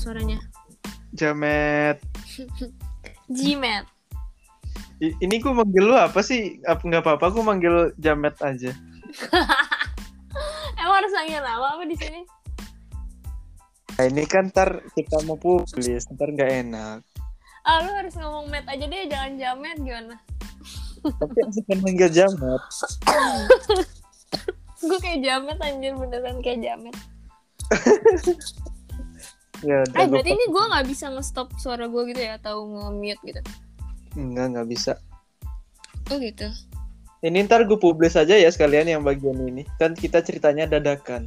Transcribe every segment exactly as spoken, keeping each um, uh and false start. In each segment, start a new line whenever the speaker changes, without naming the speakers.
suaranya?
Jamet.
Jimet.
I- ini gue manggil lu apa sih? Apa nggak apa-apa? Gue manggil Jamet aja.
Emang harus manggil nama apa di sini?
Nah, ini kan ntar kita mau publis, ntar nggak enak.
Ah, lu harus ngomong Met aja deh, jangan Jamet gimana?
Tapi aku kan manggil Jamet.
Gue kayak Jamet anjir, beneran kayak Jamet.
Ya,
Eh berarti ini gue nggak bisa nge-stop suara gue gitu ya, atau nge-mute gitu?
Enggak, nggak bisa.
Oh gitu.
Ini ntar gue publis aja ya sekalian yang bagian ini. Kan kita ceritanya dadakan.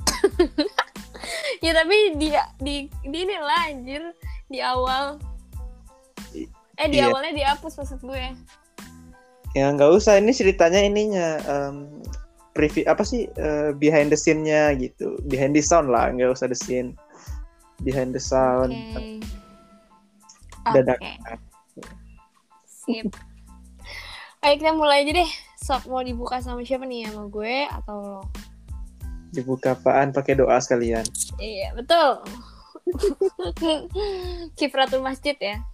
Ya tapi di di di ini lah anjir, di awal. Eh di
Iya.
awalnya dihapus maksud gue.
Ya nggak usah, ini ceritanya ininya um, preview apa sih uh, behind the scene-nya gitu. Behind the sound lah, nggak usah the scene. Behind the sound.
Oke.
Dadakan.
Oke. Sip. Ayo kita mulai aja deh. Sok mau dibuka sama siapa nih, sama gue atau lo?
Dibuka apaan? Pakai doa sekalian.
Iya betul. Kifratul masjid ya.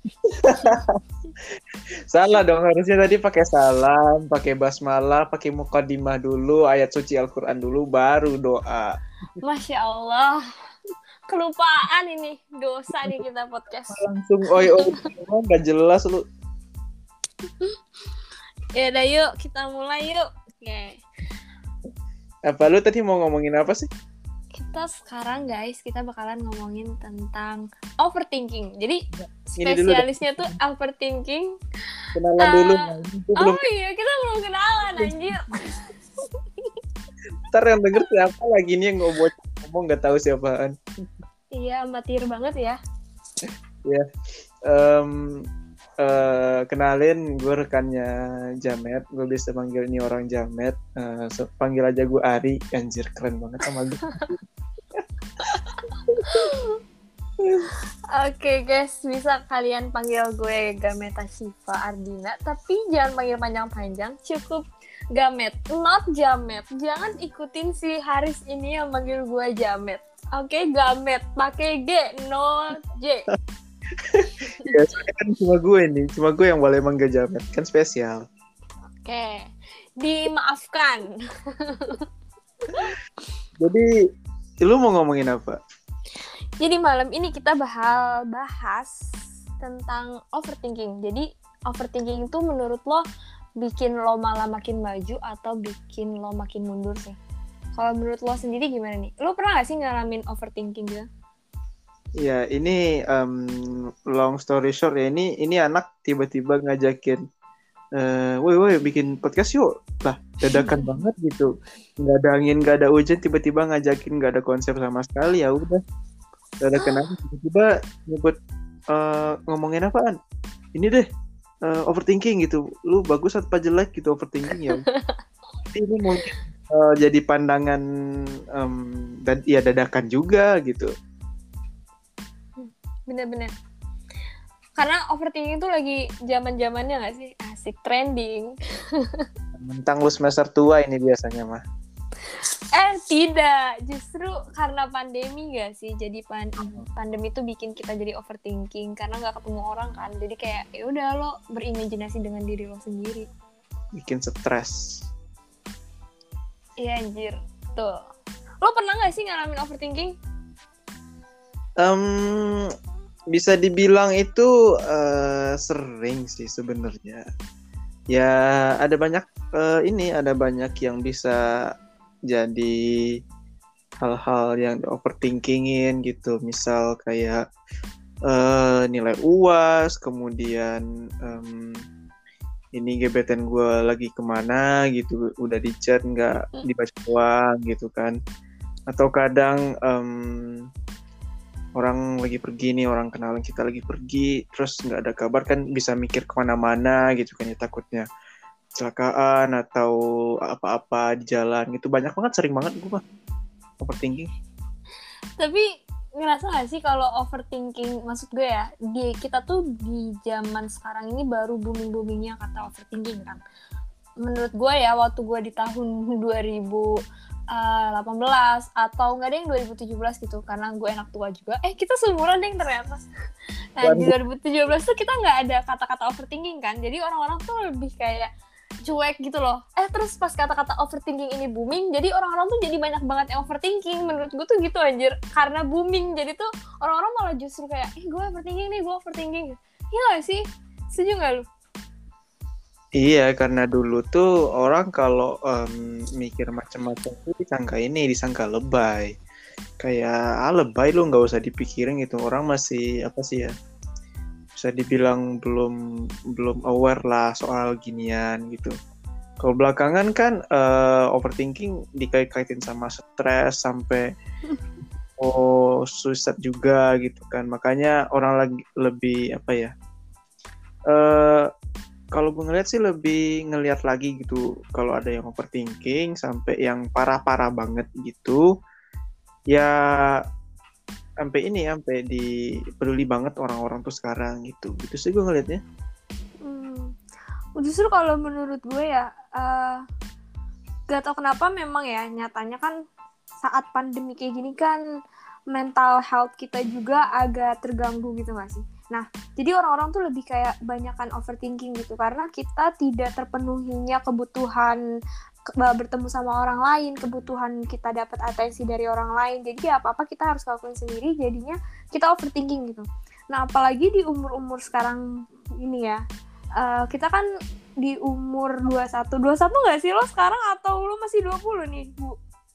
Salah dong, harusnya tadi pakai salam, pakai basmalah, pakai mukadimah dulu, ayat suci Al-Quran dulu, baru doa.
Masya Allah. Kelupaan ini, dosa nih kita podcast.
Langsung oi oi, nggak jelas lu.
Ya udah yuk, kita mulai yuk. Oke.
Apa lu tadi mau ngomongin apa sih?
Kita sekarang guys, kita bakalan ngomongin tentang overthinking. Jadi
Ini dulu
spesialisnya tuh overthinking.
Kenalan
Uh,
dulu. Nah, itu belum.
Oh iya, kita belum kenalan anjir.
Ntar yang denger siapa lagi nih yang ngomong ngomong nggak tahu siapaan.
Iya, amatir banget ya.
Ya, um, uh, kenalin gue rekannya Jamet. Gue bisa manggil ini orang Jamet. Uh, so, panggil aja gue Ari. Anjir, keren banget sama gue.
Oke guys, bisa kalian panggil gue Gameta Shiva Ardina, tapi jangan panggil panjang-panjang, cukup Gamet, not Jamet. Jangan ikutin si Haris ini yang manggil gue Jamet. Oke, Gamet, pakai G, no J.
Ya, soalnya kan cuma gue nih, cuma gue yang boleh manggil Jamet, kan spesial.
Oke, dimaafkan.
Jadi, lu mau ngomongin apa?
Jadi malam ini kita bahas bahas tentang overthinking. Jadi overthinking itu menurut lo bikin lo malah makin maju atau bikin lo makin mundur sih? Kalau menurut lo sendiri gimana nih? Lo pernah gak sih ngalamin overthinking gitu?
Ya, ini um, long story short ya, ini ini anak tiba-tiba ngajakin, uh, woi woi bikin podcast yuk, lah dadakan banget gitu, nggak ada angin nggak ada hujan, tiba-tiba ngajakin nggak ada konsep sama sekali, ya udah dadakan aja, tiba-tiba nyebut uh, ngomongin apaan? Ini deh uh, overthinking gitu, lu bagus atau jelek gitu overthinking ya. Ini mungkin uh, jadi pandangan um, dan ya dadakan juga gitu.
Bener-bener. Karena overthinking itu lagi zaman-zamannya nggak sih? Asik, trending.
Mentang lu semester tua ini biasanya mah.
Eh tidak, justru karena pandemi gak sih? Jadi pan- pandemi itu bikin kita jadi overthinking karena nggak ketemu orang kan. Jadi kayak ya udah lo berimajinasi dengan diri lo sendiri.
Bikin stres.
Iya anjir, tuh. Lo pernah nggak sih ngalamin overthinking?
Um, bisa dibilang itu uh, sering sih sebenarnya. Ya ada banyak uh, ini ada banyak yang bisa jadi hal-hal yang overthinkingin gitu, misal kayak uh, nilai U A S, kemudian um, ini gebetan gue lagi kemana gitu, udah di chat nggak dibaca doang gitu kan, atau kadang um, orang lagi pergi nih, orang kenalan kita lagi pergi terus nggak ada kabar kan, bisa mikir kemana-mana gitu kan ya, takutnya kecelakaan atau apa-apa di jalan gitu. Banyak banget, sering banget gue mah overthinking.
Tapi ngerasa gak sih kalau overthinking, maksud gue ya, di kita tuh di zaman sekarang ini baru booming-boomingnya kata overthinking kan. Menurut gue ya, waktu gue di tahun dua ribu uh, delapan belas atau nggak ada yang dua ribu tujuh belas gitu karena gue anak tua juga. Eh kita seumuran deh ternyata. Nah di dua ribu tujuh belas tuh kita nggak ada kata-kata overthinking kan, jadi orang-orang tuh lebih kayak cuek gitu loh. Eh terus pas kata-kata overthinking ini booming, jadi orang-orang tuh jadi banyak banget yang overthinking. Menurut gue tuh gitu anjir, karena booming jadi tuh orang-orang malah justru kayak ih gue overthinking nih, gue overthinking. Iya gak sih? Setuju gak lu?
Iya, karena dulu tuh orang kalau um, mikir macam-macam tuh disangka ini, disangka lebay. Kayak ah lebay lu nggak usah dipikirin gitu. Orang masih apa sih ya? Bisa dibilang belum belum aware lah soal ginian gitu. Kalau belakangan kan uh, overthinking dikait-kaitin sama stres sampai oh suicide juga gitu kan. Makanya orang lagi lebih apa ya? Uh, kalau gue ngeliat sih lebih ngeliat lagi gitu kalau ada yang overthinking sampai yang parah-parah banget gitu ya sampai ini sampai di peduli banget orang-orang tuh sekarang gitu gitu sih gue ngeliatnya.
Hmm. Justru kalau menurut gue ya uh, gak tau kenapa memang ya nyatanya kan saat pandemi kayak gini kan mental health kita juga agak terganggu gitu gak sih? Nah, jadi orang-orang tuh lebih kayak banyakan overthinking gitu karena kita tidak terpenuhinya kebutuhan ke- bertemu sama orang lain, kebutuhan kita dapat atensi dari orang lain. Jadi apa-apa kita harus lakuin sendiri, jadinya kita overthinking gitu. Nah, apalagi di umur-umur sekarang ini ya. Uh, kita kan di umur dua puluh satu. dua puluh satu enggak sih lo sekarang atau lo masih dua puluh nih, Bu?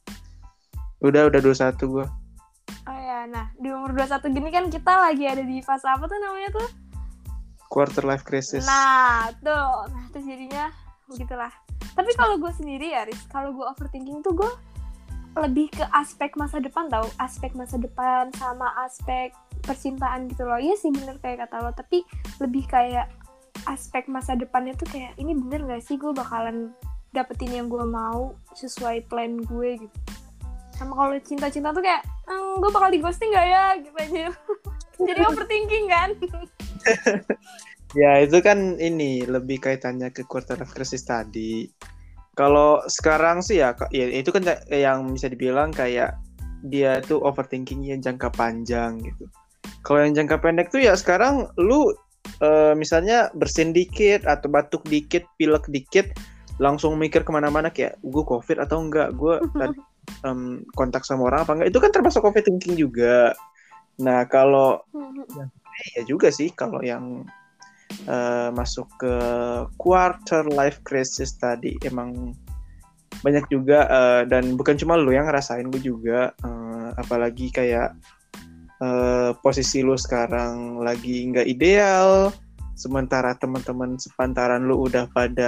Udah, udah dua puluh satu gue.
Oh ya, nah di umur dua puluh satu gini kan kita lagi ada di fase apa tuh namanya tuh?
Quarter life crisis.
Nah, tuh. Nah, terus jadinya begitulah. Tapi kalau gue sendiri ya, Riz, kalau gue overthinking tuh gue lebih ke aspek masa depan tau. Aspek masa depan sama aspek percintaan gitu loh. Iya sih bener kayak kata lo, tapi lebih kayak aspek masa depannya tuh kayak ini bener gak sih gue bakalan dapetin yang gue mau sesuai plan gue gitu. Sama kalau cinta-cinta tuh kayak ehm, gue bakal di ghosting gak ya gitu aja. Jadi overthinking kan.
Ya itu kan ini lebih kaitannya ke quarter life crisis tadi. Kalau sekarang sih ya, ya itu kan yang bisa dibilang kayak dia tuh overthinking yang jangka panjang gitu. Kalau yang jangka pendek tuh ya sekarang lu uh, misalnya bersin dikit atau batuk dikit, pilek dikit, langsung mikir kemana-mana kayak gue covid atau enggak, gue tadi um, kontak sama orang apa enggak, itu kan termasuk overthinking juga. Nah kalau ya juga sih kalau yang uh, masuk ke quarter life crisis tadi emang banyak juga uh, dan bukan cuma lu yang ngerasain, gue juga uh, apalagi kayak uh, posisi lu sekarang lagi nggak ideal sementara teman-teman sepantaran lu udah pada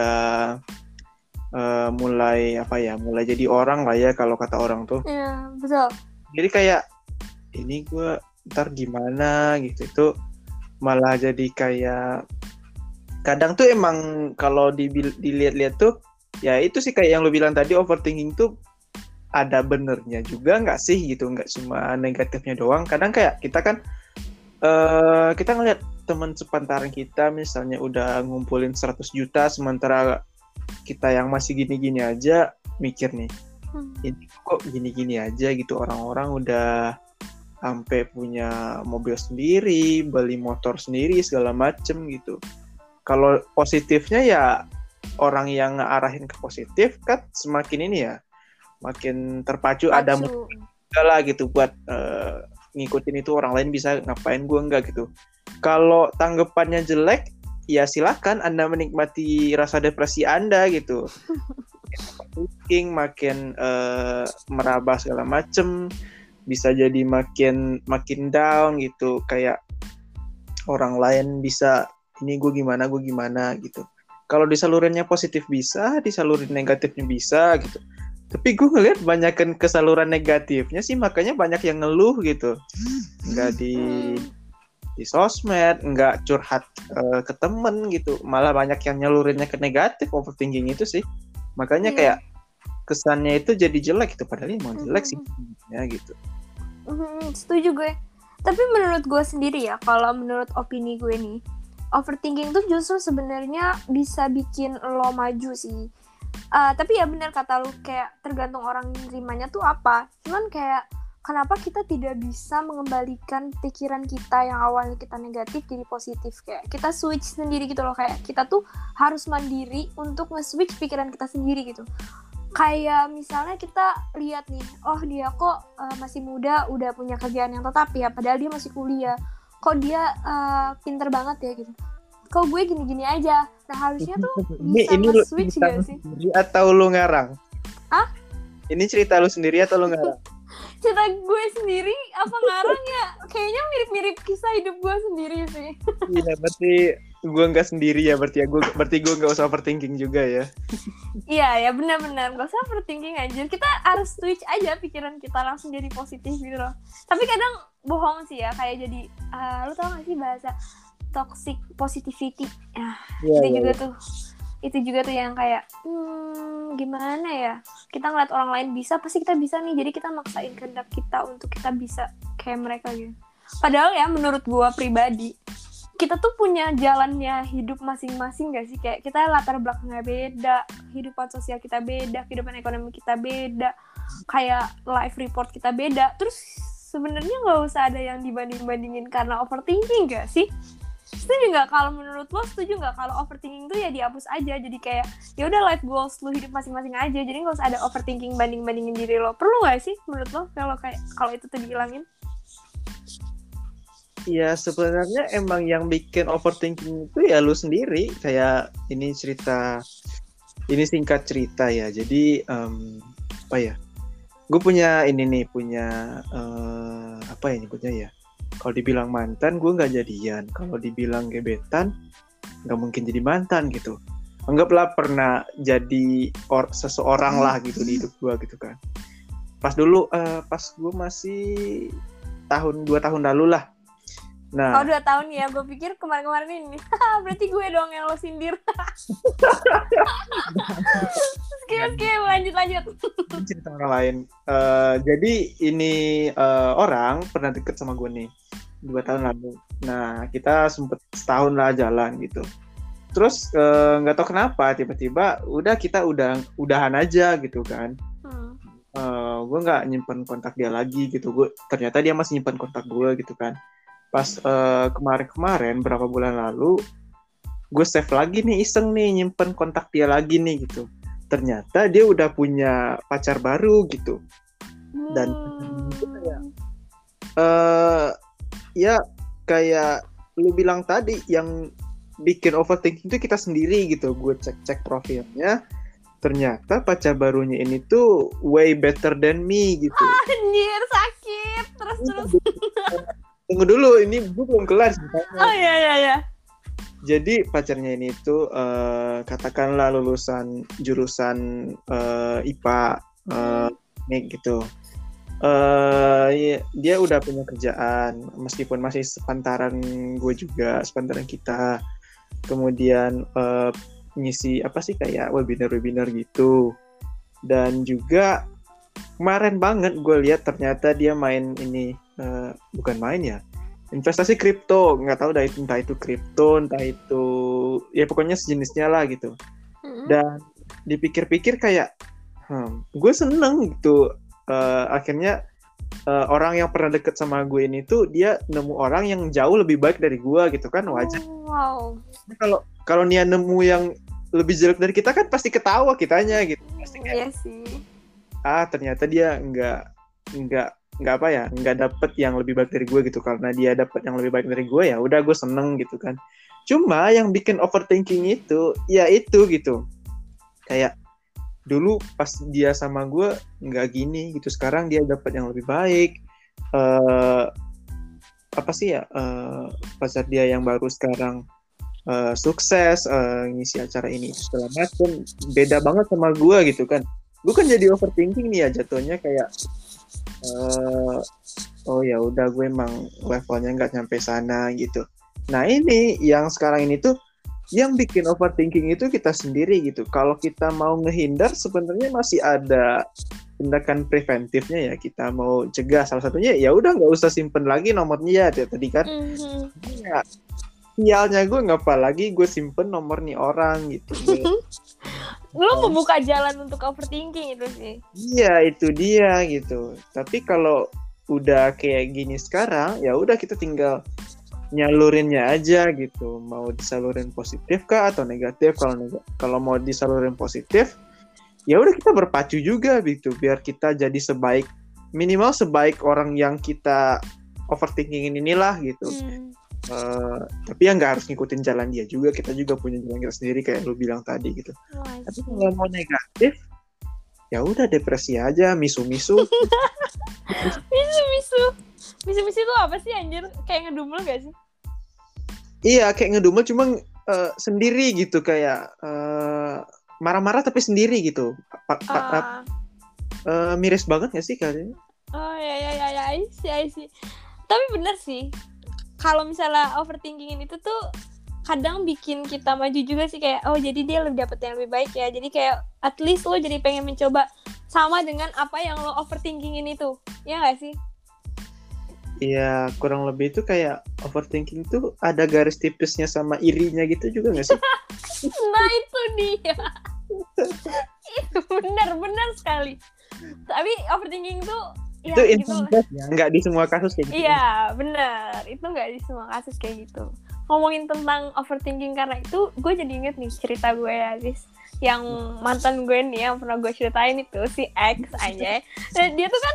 uh, mulai apa ya mulai jadi orang lah ya kalau kata orang tuh.
Iya betul. Jadi
kayak ini gue ntar gimana gitu, itu malah jadi kayak kadang tuh emang kalau dilihat-lihat tuh ya itu sih kayak yang lu bilang tadi, overthinking tuh ada benernya juga nggak sih gitu, nggak cuma negatifnya doang. Kadang kayak kita kan uh, kita ngeliat teman sepantaran kita misalnya udah ngumpulin seratus juta sementara kita yang masih gini-gini aja mikir nih hmm. ini kok gini-gini aja gitu, orang-orang udah sampai punya mobil sendiri, beli motor sendiri segala macem gitu. Kalau positifnya ya orang yang ngarahin ke positif kan semakin ini ya, makin terpacu. Pacu. Ada segala gitu buat uh, ngikutin itu, orang lain bisa ngapain gue enggak gitu. Kalau tanggapannya jelek ya silakan Anda menikmati rasa depresi Anda gitu. Makin makin uh, meraba segala macem, bisa jadi makin makin down gitu, kayak orang lain bisa ini gue gimana gue gimana gitu. Kalau disalurinnya positif bisa, disalurin negatifnya bisa gitu. Tapi gue ngeliat banyakan kesaluran negatifnya sih, makanya banyak yang ngeluh gitu. Nggak di di sosmed, nggak curhat uh, ke temen gitu. Malah banyak yang nyalurinnya ke negatif, overthinking itu sih. Makanya yeah. kayak kesannya itu jadi jelek gitu, padahal emang jelek mm-hmm. sih ya gitu.
Mm-hmm, setuju gue. Tapi menurut gue sendiri ya, kalau menurut opini gue nih, overthinking tuh justru sebenarnya bisa bikin lo maju sih. Uh, tapi ya benar kata lu, kayak tergantung orang nerimanya tuh apa. Cuman kayak kenapa kita tidak bisa mengembalikan pikiran kita yang awalnya kita negatif jadi positif, kayak kita switch sendiri gitu loh, kayak kita tuh harus mandiri untuk nge-switch pikiran kita sendiri gitu. Kayak misalnya kita lihat nih, oh dia kok uh, masih muda udah punya kerjaan yang tetap ya, padahal dia masih kuliah, kok dia uh, pinter banget ya gitu, kok gue gini-gini aja. Nah harusnya tuh bisa
ini, ini
nge-switch gak sih?
Atau lu ngarang?
Hah?
Ini cerita lu sendiri atau lu ngarang?
Cerita gue sendiri apa ngarang ya? Kayaknya mirip-mirip kisah hidup gue sendiri sih.
Iya, berarti gue nggak sendiri ya, berarti ya gue berarti gue nggak usah overthinking juga ya.
Iya ya, benar-benar nggak usah overthinking aja. Kita harus switch aja pikiran kita langsung jadi positif gitu loh. Tapi kadang bohong sih ya, kayak jadi uh, lu tau gak sih bahasa toxic positivity? Ah,
ya,
itu
ya,
juga
ya.
tuh. Itu juga tuh yang kayak hmm, gimana ya, kita ngeliat orang lain bisa, pasti kita bisa nih, jadi kita maksain kehendak kita untuk kita bisa kayak mereka gitu. Padahal ya menurut gue pribadi, kita tuh punya jalannya hidup masing-masing gak sih? Kayak kita latar belakangnya beda, kehidupan sosial kita beda, kehidupan ekonomi kita beda, kayak life report kita beda. Terus sebenarnya nggak usah ada yang dibanding-bandingin karena overthinking gak sih? Setuju nggak? Kalau menurut lo setuju nggak kalau overthinking tuh ya dihapus aja, jadi kayak ya udah life goals lo hidup masing-masing aja, jadi nggak usah ada overthinking banding-bandingin diri lo. Perlu nggak sih menurut lo kalau kayak kalau itu tuh dihilangin?
Ya sebenarnya emang yang bikin overthinking itu ya lu sendiri. Kayak ini cerita, ini singkat cerita ya. Jadi um, apa ya? Gue punya ini nih, punya uh, apa ya nyebutnya ya? Kalau dibilang mantan, gue nggak jadian. Kalau dibilang gebetan, nggak mungkin jadi mantan gitu. Anggaplah pernah jadi or- seseorang lah gitu di hidup gue gitu kan. Pas dulu, uh, pas gue masih tahun dua tahun lalu lah. Nah,
oh dua tahun ya, gue pikir kemarin-kemarin ini. Berarti gue dong yang lo sindir. skip skip lanjut lanjut.
Cerita orang lain. Uh, jadi ini uh, orang pernah deket sama gue nih dua tahun lalu. Nah kita sempet setahun lah jalan gitu. Terus nggak uh, tahu kenapa tiba-tiba udah kita udah udahan aja gitu kan. Hmm. Uh, gue nggak nyimpen kontak dia lagi gitu. Gue ternyata dia masih nyimpen kontak gue gitu kan. Pas uh, kemarin-kemarin berapa bulan lalu gue save lagi nih, iseng nih nyimpen kontak dia lagi nih gitu. Ternyata dia udah punya pacar baru gitu. Dan hmm. kayak uh, ya kayak lu bilang tadi, yang bikin overthinking itu kita sendiri gitu. Gue cek-cek profilnya, ternyata pacar barunya ini tuh way better than me gitu.
Anjir, sakit. Terus terus.
Tunggu dulu, ini gue belum kelar ceritanya.
Oh iya iya iya.
Jadi pacarnya ini tuh uh, katakanlah lulusan jurusan uh, I P A uh, nih gitu. Uh, ya, dia udah punya kerjaan meskipun masih sepantaran gue juga, sepantaran kita. Kemudian uh, ngisi apa sih kayak webinar-webinar gitu. Dan juga kemarin banget gue lihat ternyata dia main ini, uh, bukan main ya, investasi kripto, nggak tahu dah itu, entah itu kripto, entah itu ya pokoknya sejenisnya lah gitu. Mm-hmm. Dan dipikir-pikir kayak, hmm, gue seneng gitu. Uh, akhirnya uh, orang yang pernah deket sama gue ini tuh dia nemu orang yang jauh lebih baik dari gue gitu kan, wajar.
Oh, wow.
Kalau kalau dia nemu yang lebih jelek dari kita kan pasti ketawa kitanya gitu. Pasti kayak,
iya sih.
Ah ternyata dia nggak nggak nggak apa ya nggak dapet yang lebih baik dari gue gitu. Karena dia dapet yang lebih baik dari gue, ya udah gue seneng gitu kan. Cuma yang bikin overthinking itu ya itu gitu, kayak dulu pas dia sama gue nggak gini gitu, sekarang dia dapat yang lebih baik. Uh, apa sih ya, uh, pacar dia yang baru sekarang uh, sukses uh, ngisi acara ini segala macam, beda banget sama gue gitu kan. Gue kan jadi overthinking nih ya jatuhnya, kayak uh, oh ya udah gue emang levelnya nggak nyampe sana gitu. Nah ini yang sekarang ini tuh yang bikin overthinking itu kita sendiri gitu. Kalau kita mau ngehindar sebenarnya masih ada tindakan preventifnya ya. Kita mau cegah, salah satunya ya udah nggak usah simpen lagi nomornya ya tadi kan. Mm-hmm. Ya, sialnya gue ngapa lagi gue simpen nomor nih orang gitu.
Lu membuka jalan untuk overthinking itu sih.
Iya, itu dia gitu. Tapi kalau udah kayak gini sekarang, ya udah kita tinggal nyalurinnya aja gitu. Mau disalurin positif kah atau negatif? Kalau neg- kalau mau disalurin positif, ya udah kita berpacu juga gitu biar kita jadi sebaik minimal sebaik orang yang kita overthinkingin inilah gitu.
Hmm.
Uh, tapi ya nggak harus ngikutin jalan dia juga, kita juga punya jalan kita sendiri kayak lu bilang tadi gitu.
Oh,
Tapi kalau mau negatif, ya udah depresi aja, misu-misu.
Misu-misu. Misu-misu itu apa sih anjir? Kayak ngedumel gak sih?
Iya, kayak ngedumel cuma uh, sendiri gitu, kayak uh, marah-marah tapi sendiri gitu. Pa- pa-
Uh,
uh, miris banget gak sih kalian?
oh ya ya ya ya, I see, I see. Tapi bener sih. Kalau misalnya overthinkingin itu tuh kadang bikin kita maju juga sih, kayak oh jadi dia lebih dapet yang lebih baik ya, jadi kayak at least lo jadi pengen mencoba sama dengan apa yang lo overthinkingin itu, ya nggak sih?
Iya, kurang lebih itu kayak overthinking tuh ada garis tipisnya sama irinya gitu juga nggak sih?
Nah itu dia. Itu benar-benar sekali. Tapi overthinking tuh ya,
itu
gitu.
ya, nggak di semua kasus kayak gitu.
Iya benar, itu nggak di semua kasus kayak gitu. Ngomongin tentang overthinking karena itu, gue jadi inget nih cerita gue ya guys, yang mantan gue nih yang pernah gue ceritain itu si X aja. Dan dia tuh kan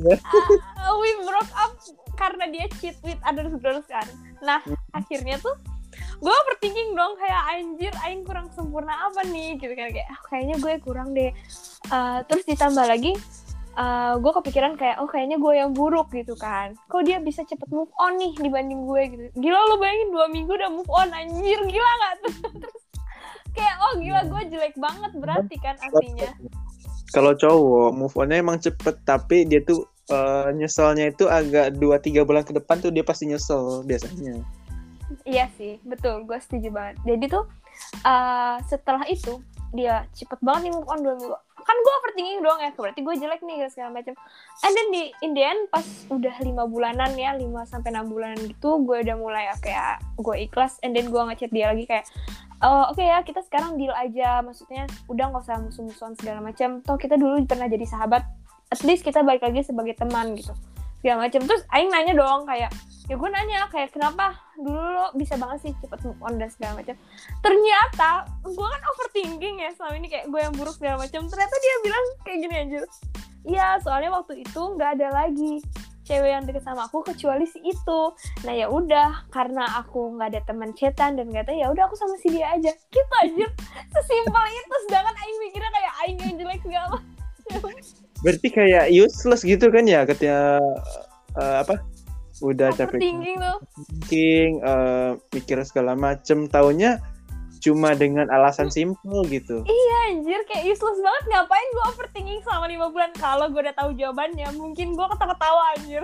uh, we broke up karena dia cheat with other girls kan. Nah akhirnya tuh gue overthinking dong, kayak anjir aing kurang sempurna apa nih gitu kan, kayak ah, kayaknya gue kurang deh. Uh, terus ditambah lagi Uh, gue kepikiran kayak oh kayaknya gue yang buruk gitu kan, kok dia bisa cepet move on nih dibanding gue gitu. Gila lo bayangin dua minggu udah move on, anjir gila gak tuh? Terus kayak oh gila gue jelek banget berarti kan artinya.
Kalau cowok move on-nya emang cepet, tapi dia tuh uh, nyeselnya itu agak dua tiga bulan ke depan tuh dia pasti nyesel biasanya.
Iya sih betul, gue setuju banget. Jadi tuh uh, setelah itu dia cepet banget nih move on dua minggu. Kan gue overthinking doang ya, berarti gue jelek nih segala macam. And then di in the end pas udah lima bulanan ya, lima sampai enam bulanan gitu, gue udah mulai kayak gue ikhlas. And then gue ngechat dia lagi kayak oh, oke okay ya kita sekarang deal aja, maksudnya udah nggak usah musuh-musuhan segala macam. Toh kita dulu pernah jadi sahabat, at least kita balik lagi sebagai teman gitu segala macam. Terus aing nanya dong kayak ya gue nanya kayak kenapa dulu lo bisa banget sih cepet move on dan segala macam. Ternyata gue kan overthinking ya selama ini, kayak gue yang buruk segala macam. Ternyata dia bilang kayak gini aja, iya soalnya waktu itu nggak ada lagi cewek yang deket sama aku kecuali si itu. Nah ya udah karena aku nggak ada teman chatan dan nggak tahu, ya udah aku sama si dia aja gitu aja. Sesimpel itu. Sedangkan aing mikirnya kayak aing yang jelek segala.
Berarti kayak useless gitu kan ya ketika uh, apa udah capek
thinking tuh
thinking uh, mikir segala macem, taunya cuma dengan alasan simple gitu.
Iya anjir, kayak useless banget. Ngapain gue overthinking selama lima bulan kalau gue udah tahu jawabannya? Mungkin gue ketawa-ketawa anjir.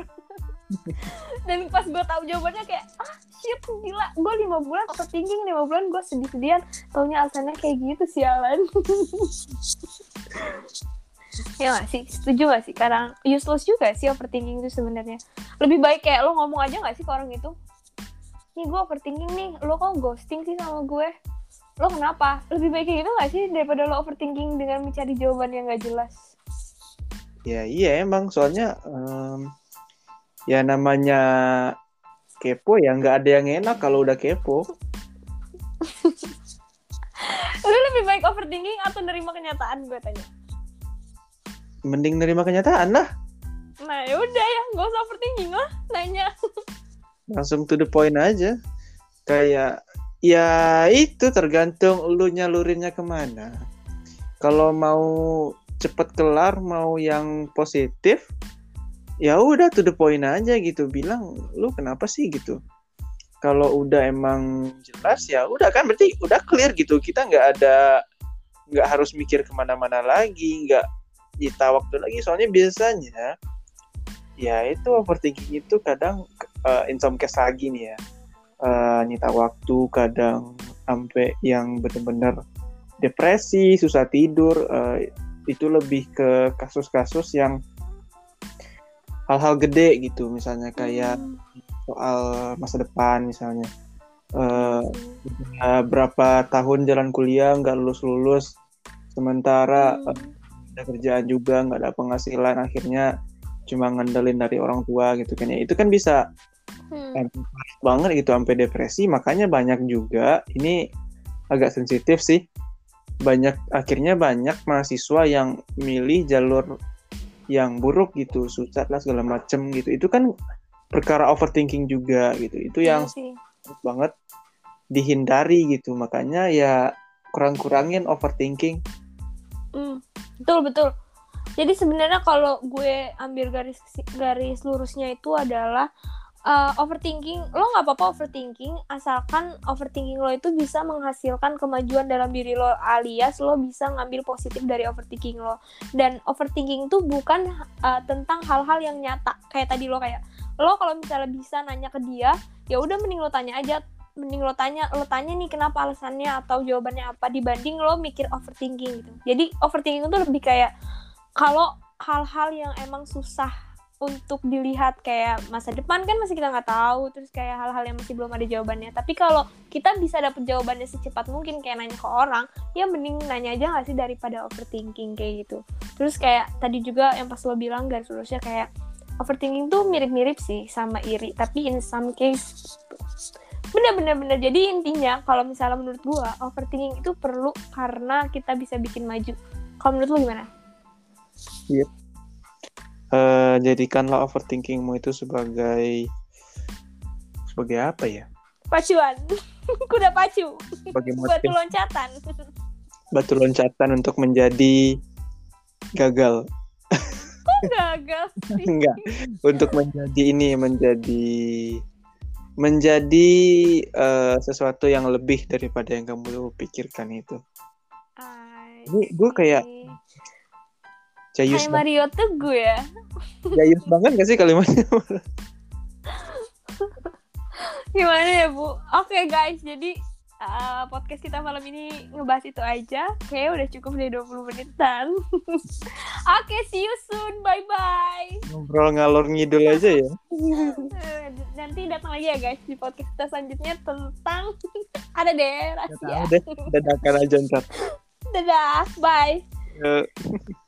Dan pas gue tahu jawabannya kayak ah shit gila, gue lima bulan overthinking, lima bulan gue sedih-sedihan, taunya alasannya kayak gitu sialan. Ya gak sih? Setuju gak sih? Kadang useless juga sih overthinking itu sebenarnya. Lebih baik kayak lo ngomong aja gak sih ke orang itu, nih gue overthinking nih, lo kok ghosting sih sama gue, lo kenapa? Lebih baik kayak gitu gak sih daripada lo overthinking dengan mencari jawaban yang gak jelas.
Ya iya emang, soalnya um, ya namanya kepo ya gak ada yang enak kalau udah kepo.
Lo lebih baik overthinking atau nerima kenyataan, gue tanya?
Mending nerima kenyataan lah.
Nah ya udah ya, gak usah overthinking lah, nanya.
Langsung to the point aja. Kayak ya itu tergantung lu nyalurinnya kemana. Kalau mau cepet kelar, mau yang positif, ya udah to the point aja gitu. Bilang lu kenapa sih gitu. Kalau udah emang jelas ya udah kan, berarti udah clear gitu. Kita nggak ada, nggak harus mikir kemana-mana lagi, nggak nyita waktu lagi. Soalnya biasanya ya itu overthinking itu kadang uh, in some case lagi nih ya, uh, nyita waktu, kadang sampai yang benar-benar depresi, susah tidur. Uh, itu lebih ke kasus-kasus yang hal-hal gede gitu, misalnya kayak hmm. soal masa depan misalnya. Uh, uh, berapa tahun jalan kuliah nggak lulus-lulus, Sementara
Hmm.
eh, ada kerjaan juga, nggak ada penghasilan, akhirnya cuma ngandelin dari orang tua gitu kan ya. Itu kan bisa
Hmm.
sampai parah banget gitu, sampai depresi. Makanya banyak juga, ini agak sensitif sih, banyak akhirnya banyak mahasiswa yang milih jalur yang buruk gitu, susah lah segala macem gitu. Itu kan perkara overthinking juga gitu. Itu
Iya
yang
sih.
sulit banget dihindari gitu. Makanya ya kurang-kurangin overthinking.
Hmm. Betul betul. Jadi sebenarnya kalau gue ambil garis garis lurusnya itu adalah uh, overthinking, lo nggak apa-apa overthinking asalkan overthinking lo itu bisa menghasilkan kemajuan dalam diri lo, alias lo bisa ngambil positif dari overthinking lo. Dan overthinking itu bukan uh, tentang hal-hal yang nyata kayak tadi lo kayak lo kalau misalnya bisa nanya ke dia, ya udah mending lo tanya aja, mending lo tanya lo tanya nih kenapa alasannya atau jawabannya apa, dibanding lo mikir overthinking gitu. Jadi overthinking itu lebih kayak kalau hal-hal yang emang susah untuk dilihat kayak masa depan kan masih kita nggak tahu, terus kayak hal-hal yang masih belum ada jawabannya. Tapi kalau kita bisa dapet jawabannya secepat mungkin kayak nanya ke orang, ya mending nanya aja nggak sih daripada overthinking kayak gitu. Terus kayak tadi juga yang pas lo bilang garis lurusnya kayak overthinking tuh mirip-mirip sih sama iri, tapi in some case bener-bener. Jadi intinya kalau misalnya menurut gua overthinking itu perlu karena kita bisa bikin maju. Kalau menurut lo gimana?
Iya. Uh, jadikanlah overthinkingmu itu sebagai sebagai apa ya?
Pacuan. Kuda pacu.
Sebagai
Batu loncatan.
Batu loncatan untuk menjadi gagal.
Kok gagal sih?
Enggak. Untuk menjadi ini menjadi menjadi uh, sesuatu yang lebih daripada yang kamu pikirkan itu. Ini gue kayak Jayus
kayak Mario Teguh ya.
Jayus banget gak sih kalimatnya?
Gimana ya Bu? Oke okay, guys, jadi uh, podcast kita malam ini ngebahas itu aja. Kayaknya udah cukup dari dua puluh menitan. Oke, okay, see you soon. Bye-bye.
Ngobrol ngalor ngidul aja ya.
Nanti datang lagi ya guys di podcast kita selanjutnya tentang ada deh rahasia.
Udah, dadakan aja ntar.
Dadah, bye.
Uh.